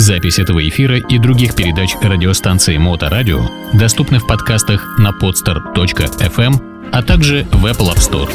Запись этого эфира и других передач радиостанции Моторадио доступны в подкастах на podster.fm, а также в Apple App Store.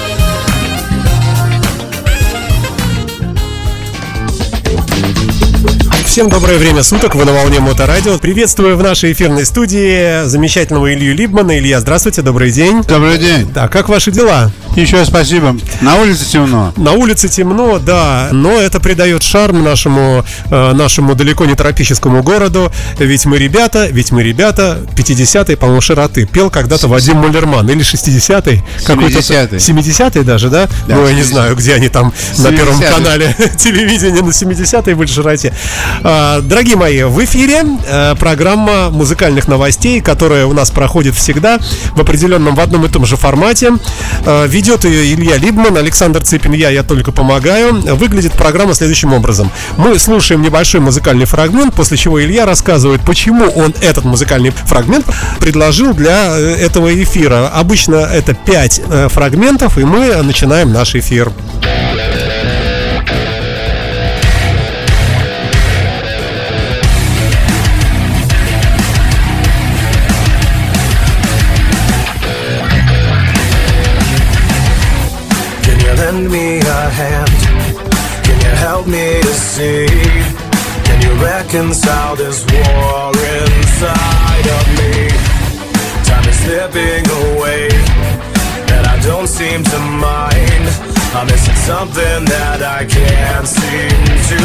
Всем доброе время суток, вы на волне Моторадио. Приветствую в нашей эфирной студии замечательного Илью Либмана. Илья, здравствуйте, добрый день. Добрый день. Так, как ваши дела? Еще спасибо. На улице темно. На улице темно, да, но это придает шарм нашему далеко не тропическому городу. Ведь мы ребята, 50-й, по-моему, широты. Пел когда-то Вадим Муллерман. Или 60-й. 70-й. 70-й даже, да? Да, ну, я не знаю, где они там 70-й. На Первом канале телевидения на 70-й были широте. Дорогие мои, в эфире программа музыкальных новостей, которая у нас проходит всегда в одном и том же формате. Ведет ее Илья Либман, Александр Цыпин, я только помогаю. Выглядит программа следующим образом. Мы слушаем небольшой музыкальный фрагмент, после чего Илья рассказывает, почему он этот музыкальный фрагмент предложил для этого эфира. Обычно это 5 фрагментов, и мы начинаем наш эфир. Me to see, can you reconcile this war inside of me? Time is slipping away, and I don't seem to mind. I'm missing something that I can't seem to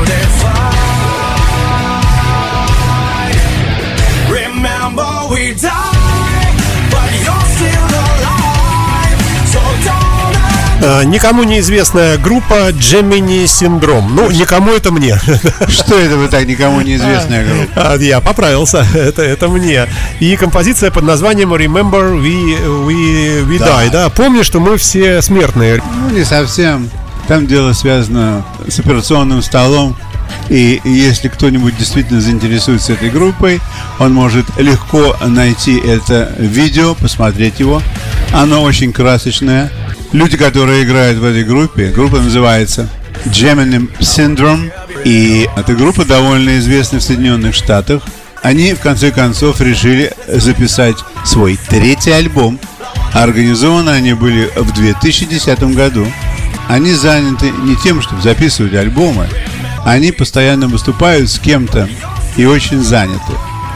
define. Remember we died, but you're still alive, so don't. Никому неизвестная группа Gemini Syndrome. Ну, никому это мне. Что это вы так, никому неизвестная группа? Я поправился, это мне. И композиция под названием Remember We Die, да? Помни, что мы все смертные. Ну, не совсем. Там дело связано с операционным столом. И если кто-нибудь действительно заинтересуется этой группой, он может легко найти это видео, посмотреть его. Оно очень красочное. Люди, которые играют в этой группе, группа называется Gemini Syndrome, и эта группа довольно известна в Соединенных Штатах. Они, в конце концов, решили записать свой 3-й альбом. Организованы они были в 2010 году. Они заняты не тем, чтобы записывать альбомы, они постоянно выступают с кем-то и очень заняты.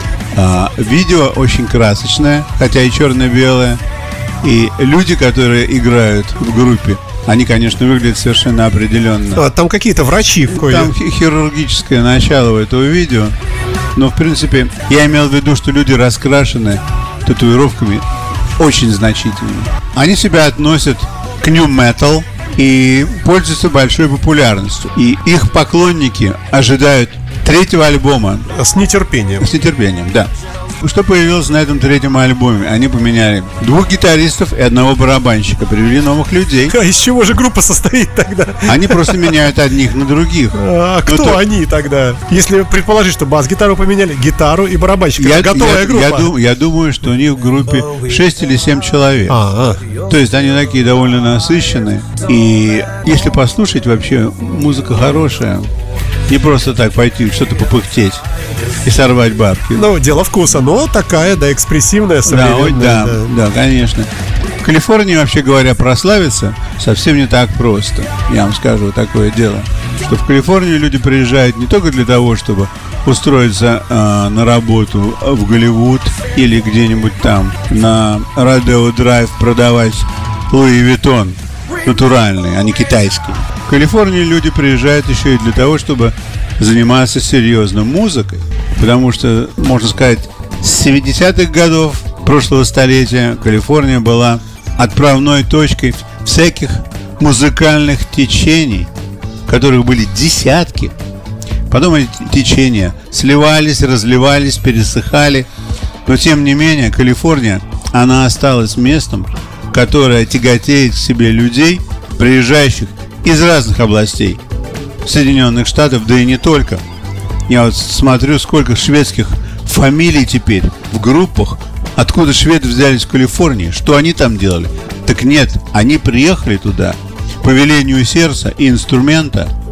Видео очень красочное, хотя и черно-белое. И люди, которые играют в группе, они, конечно, выглядят совершенно определенно. Там какие-то врачи. Там хирургическое начало у этого видео. Но, в принципе, я имел в виду, что люди раскрашены татуировками очень значительными. Они себя относят к New Metal и пользуются большой популярностью. И их поклонники ожидают 3-го альбома. С нетерпением. С нетерпением, да. Что появилось на этом 3-м альбоме? Они поменяли 2 гитаристов и 1 барабанщика, привели новых людей. А из чего же группа состоит тогда? Они просто меняют одних на других. А кто они тогда? Если предположить, что бас-гитару поменяли, гитару и барабанщика, это готовая группа. Я думаю, что у них в группе 6 или 7 человек. То есть они такие довольно насыщенные. И если послушать, вообще музыка хорошая. Не просто так пойти что-то попыхтеть и сорвать бабки. Ну, дело вкуса, но такая, да, экспрессивная, современная. Да, конечно. В Калифорнии, вообще говоря, прославиться совсем не так просто. Я вам скажу такое дело, что в Калифорнию люди приезжают не только для того, чтобы устроиться на работу в Голливуд или где-нибудь там на Родео Драйв продавать Луи Виттон натуральный, а не китайский. В Калифорнию люди приезжают еще и для того, чтобы заниматься серьезно музыкой, потому что, можно сказать, с 70-х годов прошлого столетия Калифорния была отправной точкой всяких музыкальных течений, которых были десятки. Потом эти течения сливались, разливались, пересыхали, но тем не менее Калифорния, она осталась местом, которое тяготеет к себе людей, приезжающих из разных областей Соединенных Штатов, да и не только. Я вот смотрю, сколько шведских фамилий теперь в группах. Откуда шведы взялись в Калифорнии? Что они там делали? Так нет, они приехали туда по велению сердца и инструмента.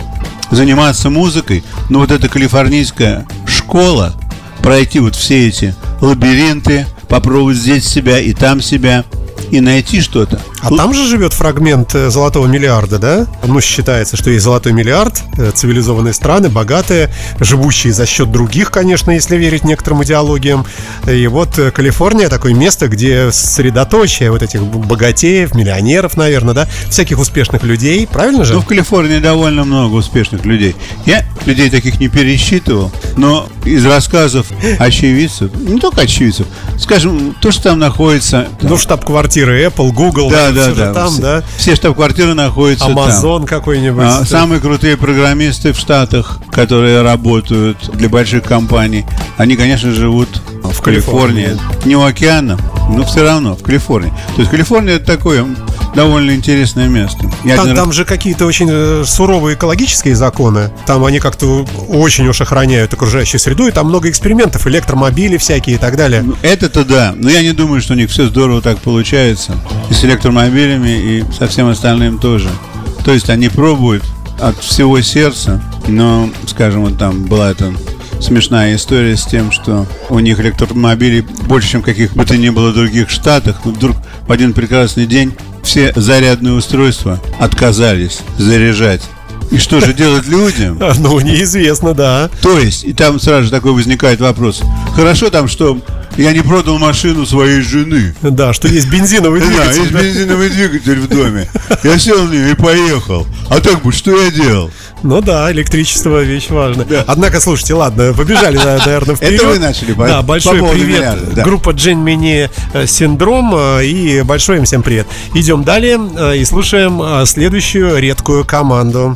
заниматься музыкой, но вот эта калифорнийская школа, пройти вот все эти лабиринты, попробовать здесь себя и там себя, и найти что-то. А там же живет фрагмент золотого миллиарда, да? Ну, считается, что есть золотой миллиард, цивилизованные страны, богатые, живущие за счет других, конечно, если верить некоторым идеологиям. И вот Калифорния такое место, где средоточие вот этих богатеев, миллионеров, наверное, да? Всяких успешных людей, правильно же? Ну, в Калифорнии довольно много успешных людей. Я людей таких не пересчитывал, но из рассказов очевидцев, не только очевидцев, скажем, то, что там находится... Ну, штаб-квартиры Apple, Google, да. Там, все, да? Все штаб-квартиры находятся Amazon там. Какой-нибудь. Самые крутые программисты в Штатах, которые работают для больших компаний, они, конечно, живут в Калифорнии. Не у океана, но все равно в Калифорнии. То есть Калифорния — это такое довольно интересное место. Там же какие-то очень суровые экологические законы. Там они как-то очень уж охраняют окружающую среду. И там много экспериментов, электромобили всякие и так далее. Это-то да. Но я не думаю, что у них все здорово так получается. И с электромобилями, и со всем остальным тоже. То есть они пробуют от всего сердца. Но, скажем, вот там была эта смешная история с тем, что у них электромобилей больше, чем в каких бы то ни было других штатах. Но вдруг в один прекрасный день все зарядные устройства отказались заряжать. И что же делать людям? Ну, неизвестно, да. То есть, и там сразу же такой возникает вопрос. Хорошо там, что я не продал машину своей жены. Да, что есть бензиновый двигатель. Да, есть бензиновый двигатель в доме. Я сел в нее и поехал. А так бы, что я делал? Ну да, электричество — вещь важная. Да. Однако, слушайте, ладно, побежали, наверное, вперед. Это вы начали, да, большой по привет. миллиарда, да. Группа Джен Мини Синдром. И большой им всем привет. Идем далее и слушаем следующую редкую команду.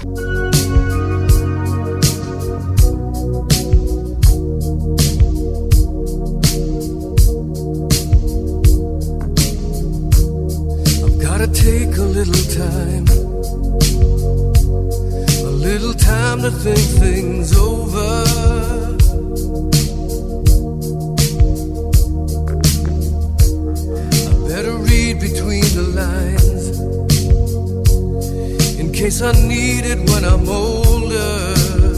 To think things over. I better read between the lines in case I need it when I'm older.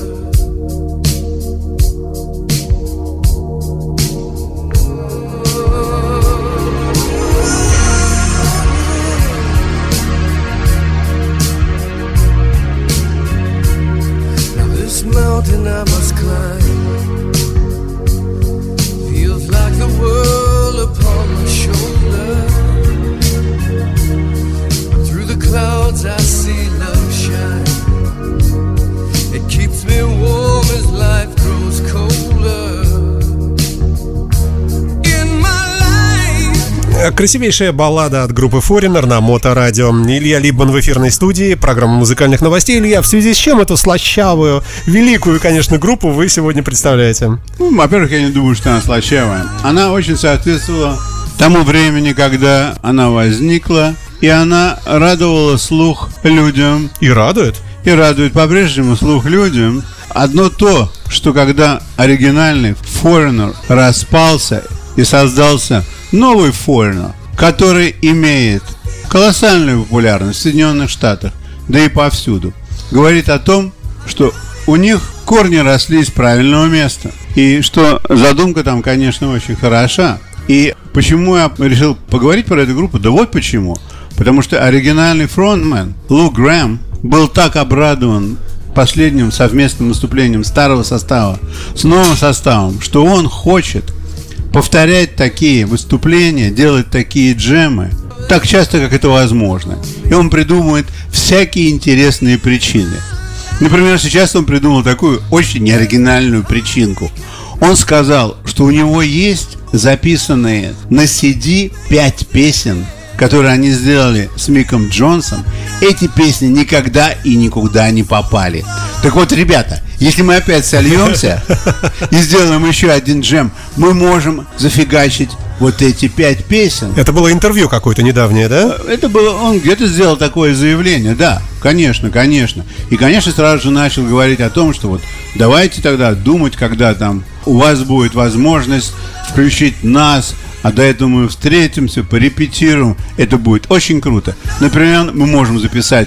Mountain I must climb feels like the world upon my shoulder. Through the clouds I see love shine. It keeps me warm as life grows colder. In my life. Красивейшая баллада от группы Foreigner на Моторадио. Илья Либман в эфирной студии, программа музыкальных новостей. Илья, в связи с чем эту слащавую, великую, конечно, группу вы сегодня представляете? Ну, во-первых, я не думаю, что она слащавая. Она очень соответствовала тому времени, когда она возникла, и она радовала слух людям. И радует? И радует по-прежнему слух людям. Одно то, что когда оригинальный Foreigner распался и создался новый Foreigner, который имеет колоссальную популярность в Соединенных Штатах, да и повсюду, говорит о том, что у них корни росли из правильного места. И что задумка там, конечно, очень хороша. И почему я решил поговорить про эту группу? Да вот почему. Потому что оригинальный фронтмен Лу Грэм был так обрадован последним совместным выступлением старого состава с новым составом, что он хочет повторять такие выступления, делать такие джемы так часто, как это возможно. И он придумывает всякие интересные причины. Например, сейчас он придумал такую очень неоригинальную причинку. Он сказал, что у него есть записанные на CD 5 песен, которые они сделали с Миком Джонсом. Эти песни никогда и никуда не попали. Так вот, ребята, если мы опять сольемся и сделаем еще один джем, мы можем зафигачить вот эти 5 песен. Это было интервью какое-то недавнее, да? Это было, он где-то сделал такое заявление, да, конечно. И, конечно, сразу же начал говорить о том, что вот давайте тогда думать, когда там у вас будет возможность включить нас, а до этого мы встретимся, порепетируем. Это будет очень круто. Например, мы можем записать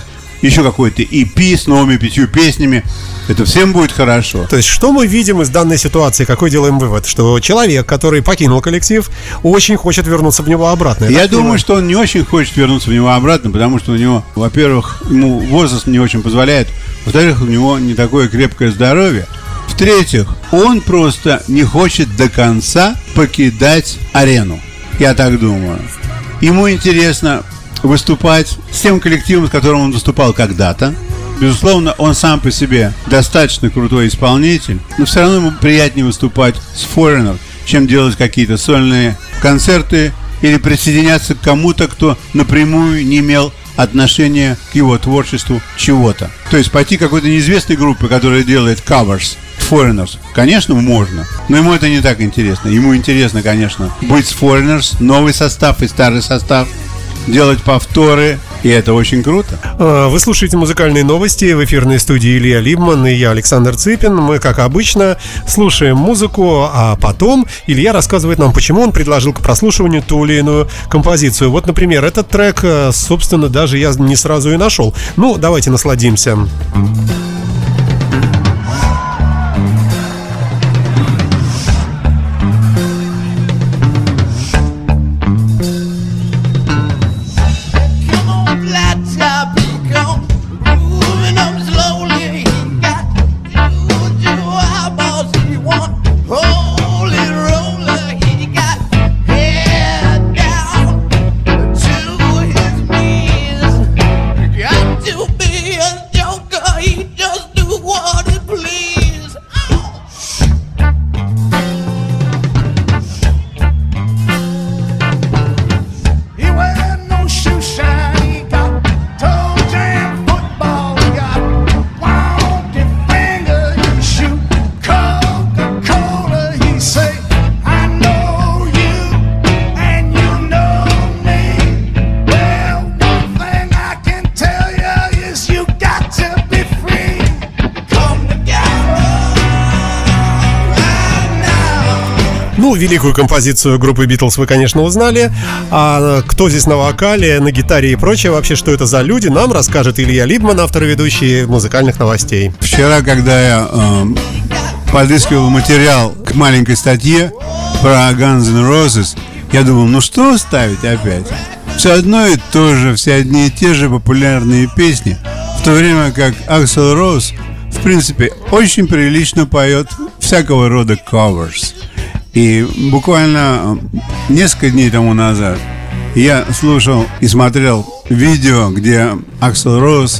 еще какой-то EP с новыми 5 песнями. Это всем будет хорошо. То есть, что мы видим из данной ситуации? Какой делаем вывод? Что человек, который покинул коллектив, очень хочет вернуться в него обратно. Я думаю, что он не очень хочет вернуться в него обратно, потому что у него, во-первых, ему возраст не очень позволяет, во-вторых, у него не такое крепкое здоровье, в-третьих, он просто не хочет до конца покидать арену. Я так думаю. Ему интересно выступать с тем коллективом, с которым он выступал когда-то. Безусловно, он сам по себе достаточно крутой исполнитель, но все равно ему приятнее выступать с Foreigner, чем делать какие-то сольные концерты или присоединяться к кому-то, кто напрямую не имел отношения к его творчеству чего-то. То есть пойти к какой-то неизвестной группе, которая делает covers Foreigners, конечно, можно, но ему это не так интересно. Ему интересно, конечно, быть с Foreigners, новый состав и старый состав, делать повторы, и это очень круто. Вы слушаете музыкальные новости в эфирной студии Илья Либман и я, Александр Цыпин. Мы, как обычно, слушаем музыку, а потом Илья рассказывает нам, почему он предложил к прослушиванию ту или иную композицию. Вот, например, этот трек, собственно, даже я не сразу и нашел. Ну, давайте насладимся. Великую композицию группы Beatles вы, конечно, узнали. А кто здесь на вокале, на гитаре и прочее, вообще, что это за люди, нам расскажет Илья Либман, автор и ведущий музыкальных новостей. Вчера, когда я подыскивал материал к маленькой статье про Guns N' Roses, я думал, ну что ставить опять? Все одно и то же, все одни и те же популярные песни, в то время как Аксель Роуз, в принципе, очень прилично поет всякого рода covers. И буквально несколько дней тому назад я слушал и смотрел видео, где Аксель Роуз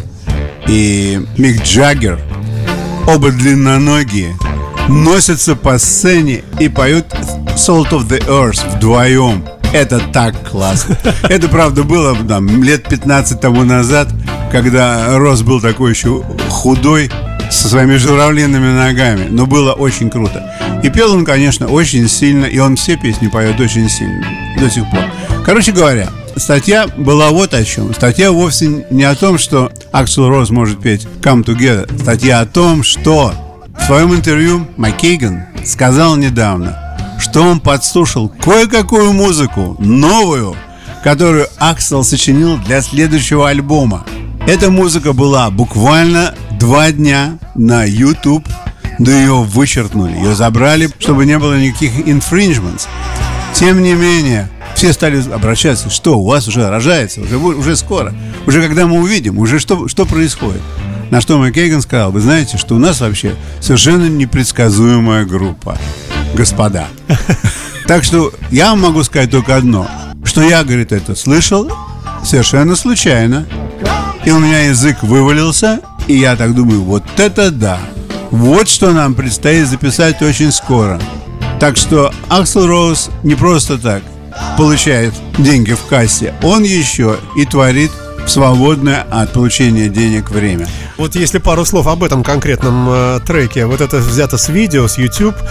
и Мик Джаггер, оба длинноногие, носятся по сцене и поют Salt of the Earth вдвоем. Это так классно. Это, правда, было там, лет 15 тому назад, когда Роуз был такой еще худой, со своими журавлиными ногами. Но было очень круто. И пел он, конечно, очень сильно. И он все песни поет очень сильно до сих пор. Короче говоря, статья была вот о чем. Статья вовсе не о том, что Аксель Роуз может петь Come Together. Статья о том, что в своем интервью Маккейган сказал недавно, что он подслушал кое-какую музыку, новую, которую Аксель сочинил для следующего альбома. Эта музыка была буквально 2 дня на YouTube, но ее вычеркнули, ее забрали, чтобы не было никаких infringements. Тем не менее, все стали обращаться, что у вас уже рожается, уже скоро, уже когда мы увидим, уже что происходит. На что Маккейган сказал, вы знаете, что у нас вообще совершенно непредсказуемая группа, господа. Так что я вам могу сказать только одно, что я, говорит, это слышал совершенно случайно, и у меня язык вывалился, и я так думаю, вот это да, вот что нам предстоит записать очень скоро. Так что Аксель Роуз не просто так получает деньги в кассе, он еще и творит в свободное от получения денег время. Вот если пару слов об этом конкретном треке. Вот это взято с видео, с YouTube.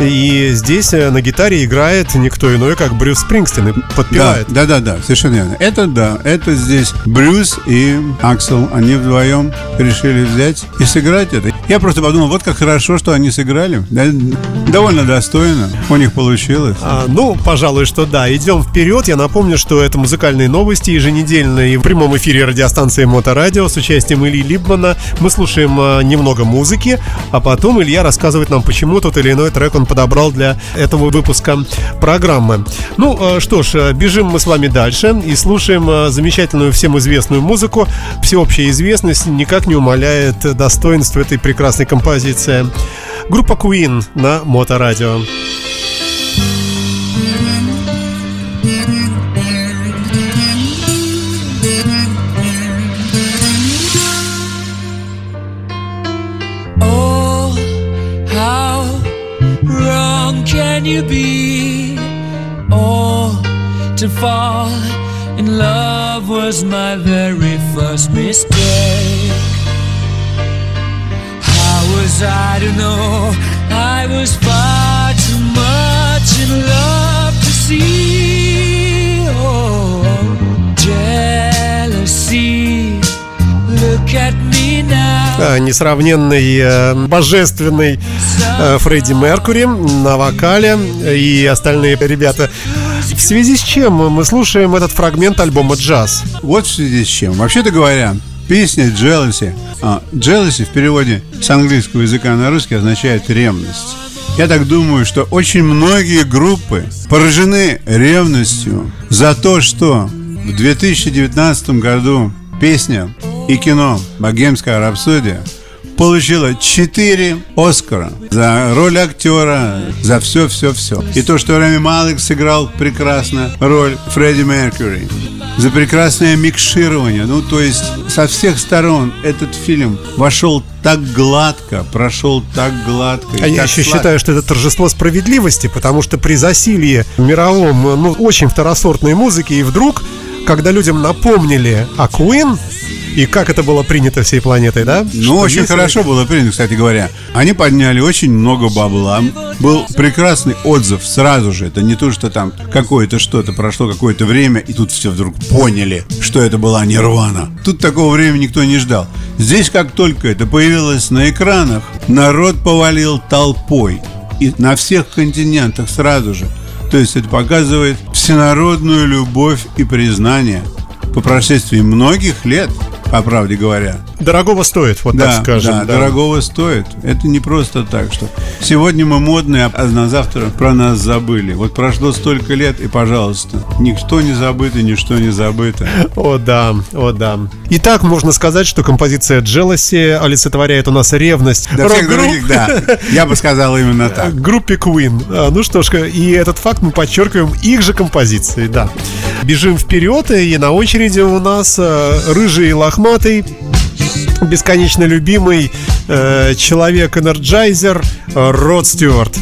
И здесь на гитаре играет никто иной, как Брюс Спрингстин, и подпевает. Да, совершенно верно. Это здесь Брюс и Аксел. Они вдвоем решили взять и сыграть это. Я просто подумал, вот как хорошо, что они сыграли. Довольно достойно у них получилось. Пожалуй, что да. Идем вперед. Я напомню, что это музыкальные новости еженедельные в прямом эфире радиостанции Моторадио с участием Ильи Либмана. Мы слушаем немного музыки, а потом Илья рассказывает нам, почему тот или иной трек он подобрал для этого выпуска программы. Что ж, бежим мы с вами дальше и слушаем замечательную всем известную музыку. Всеобщая известность никак не умаляет достоинства этой прекрасной композиции. Группа Queen на Моторадио. Can you be? To fall in love was my very first mistake. How was I to know I was far too much in love to see? Jealousy, look at me now. Несравненный, божественный Фредди Меркьюри на вокале и остальные ребята. В связи с чем мы слушаем этот фрагмент альбома «Джаз»? Вот в связи с чем. Вообще-то говоря, песня «Jealousy». «Jealousy» в переводе с английского языка на русский означает «ревность». Я так думаю, что очень многие группы поражены ревностью за то, что в 2019 году песня и кино «Богемская рапсодия» получила 4 Оскара за роль актера, за все. И то, что Рами Малек сыграл прекрасно роль Фредди Меркьюри, за прекрасное микширование. То есть со всех сторон этот фильм вошел так гладко, прошел так гладко. А я еще считаю, что это торжество справедливости, потому что при засилье мировом, очень второсортной музыки, и вдруг, когда людям напомнили о Queen, и как это было принято всей планетой, да? Очень хорошо было принято, кстати говоря. Они подняли очень много бабла. Был прекрасный отзыв сразу же. Это не то, что там какое-то что-то прошло какое-то время, и тут все вдруг поняли, что это была Нирвана. Тут такого времени никто не ждал. Здесь, как только это появилось на экранах, народ повалил толпой. И на всех континентах сразу же. То есть это показывает всенародную любовь и признание по прошествии многих лет, по правде говоря. Дорогого стоит, так скажем. Да, дорогого стоит. Это не просто так, что сегодня мы модные, а на завтра про нас забыли. Вот прошло столько лет, и, пожалуйста, никто не забыт и ничто не забыто. О да. Итак, можно сказать, что композиция «Jealousy» олицетворяет у нас ревность до всех других, да. Я бы сказал именно так. Группе Queen. Ну что ж, и этот факт мы подчеркиваем их же композицией, да. Бежим вперед, и на очереди у нас рыжий и лохматый, бесконечно любимый человек-энерджайзер Род Стюарт.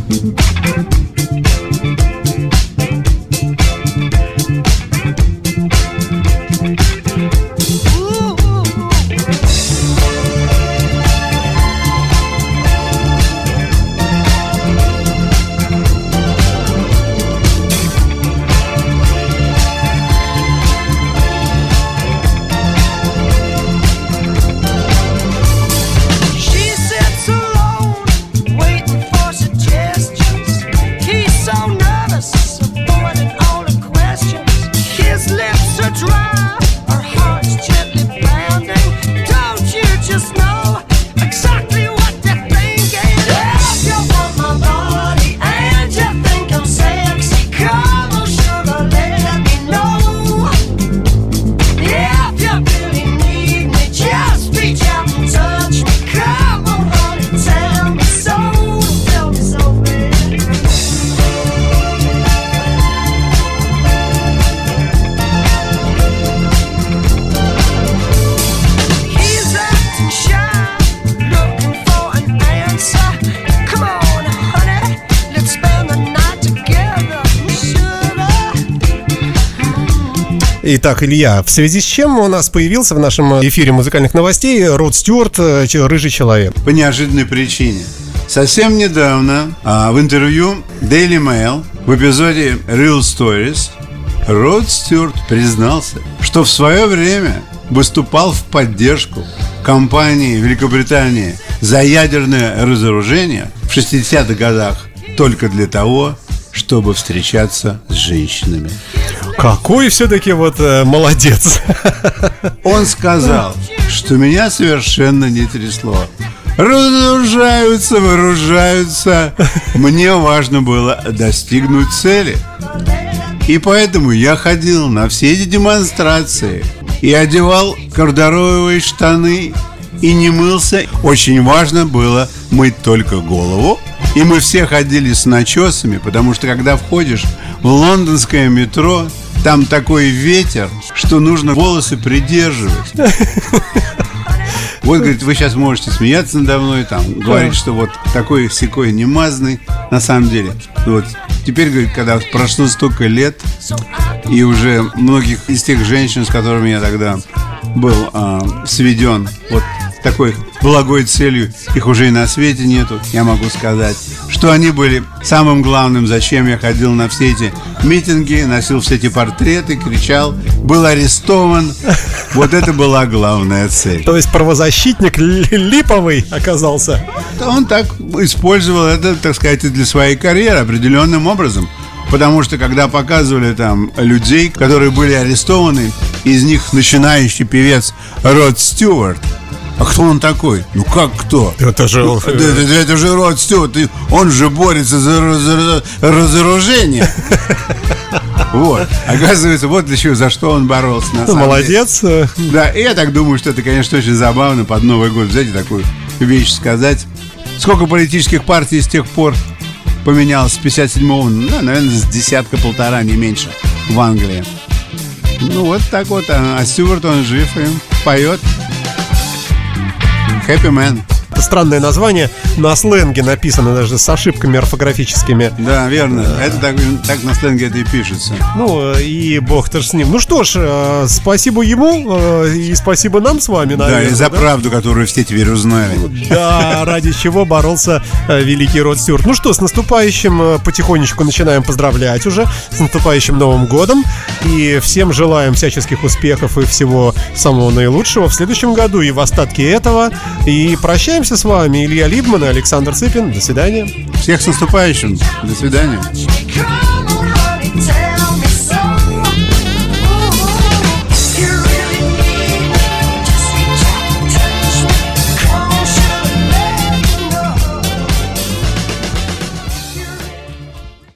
Итак, Илья, в связи с чем у нас появился в нашем эфире музыкальных новостей Род Стюарт, рыжий человек? По неожиданной причине. совсем недавно в интервью Daily Mail в эпизоде Real Stories Род Стюарт признался, что в свое время выступал в поддержку кампании Великобритании за ядерное разоружение в 60-х годах только для того, чтобы встречаться с женщинами. Какой все-таки молодец. Он сказал, что меня совершенно не трясло. Разоружаются, вооружаются. Мне важно было достигнуть цели. И поэтому я ходил на все эти демонстрации и одевал кордуроевые штаны и не мылся. Очень важно было мыть только голову. И мы все ходили с начесами, потому что когда входишь в лондонское метро, там такой ветер, что нужно волосы придерживать. Вот, говорит, вы сейчас можете смеяться надо мной, говорить, что вот такой-сякой немазный. На самом деле, вот теперь, говорит, когда прошло столько лет, и уже многих из тех женщин, с которыми я тогда был сведен вот такой благой целью, их уже и на свете нету, я могу сказать, что они были самым главным, зачем я ходил на все эти митинги, носил все эти портреты, кричал, был арестован. Вот это была главная цель. То есть правозащитник липовый оказался. Он так использовал это, так сказать, и для своей карьеры определенным образом. Потому что когда показывали там людей, которые были арестованы, из них начинающий певец Род Стюарт. А кто он такой? Ну как кто? Это же Род Стюарт. Он же борется за разоружение. Вот. Оказывается, вот для чего, за что он боролся. Молодец. Да, и я так думаю, что это, конечно, очень забавно под Новый год взять и такую вещь сказать. Сколько политических партий с тех пор поменялось с 57-го? Наверное, с десятка-полтора, не меньше, в Англии. Ну, вот так вот. А Стюарт, он жив и поет. Happy Man. Странное название, на сленге написано даже с ошибками орфографическими. Да, верно. Это так на сленге это и пишется. Ну, и бог-то ж с ним. Ну что ж, спасибо ему и спасибо нам с вами, наверное. Да, и за правду, которую все теперь узнали. Да, ради чего боролся великий Род Стюарт. Ну что, с наступающим потихонечку начинаем поздравлять уже. С наступающим Новым годом. И всем желаем всяческих успехов и всего самого наилучшего в следующем году и в остатке этого. И прощаемся с вами. Илья Либман и Александр Цыпин. До свидания. Всех с наступающим. До свидания.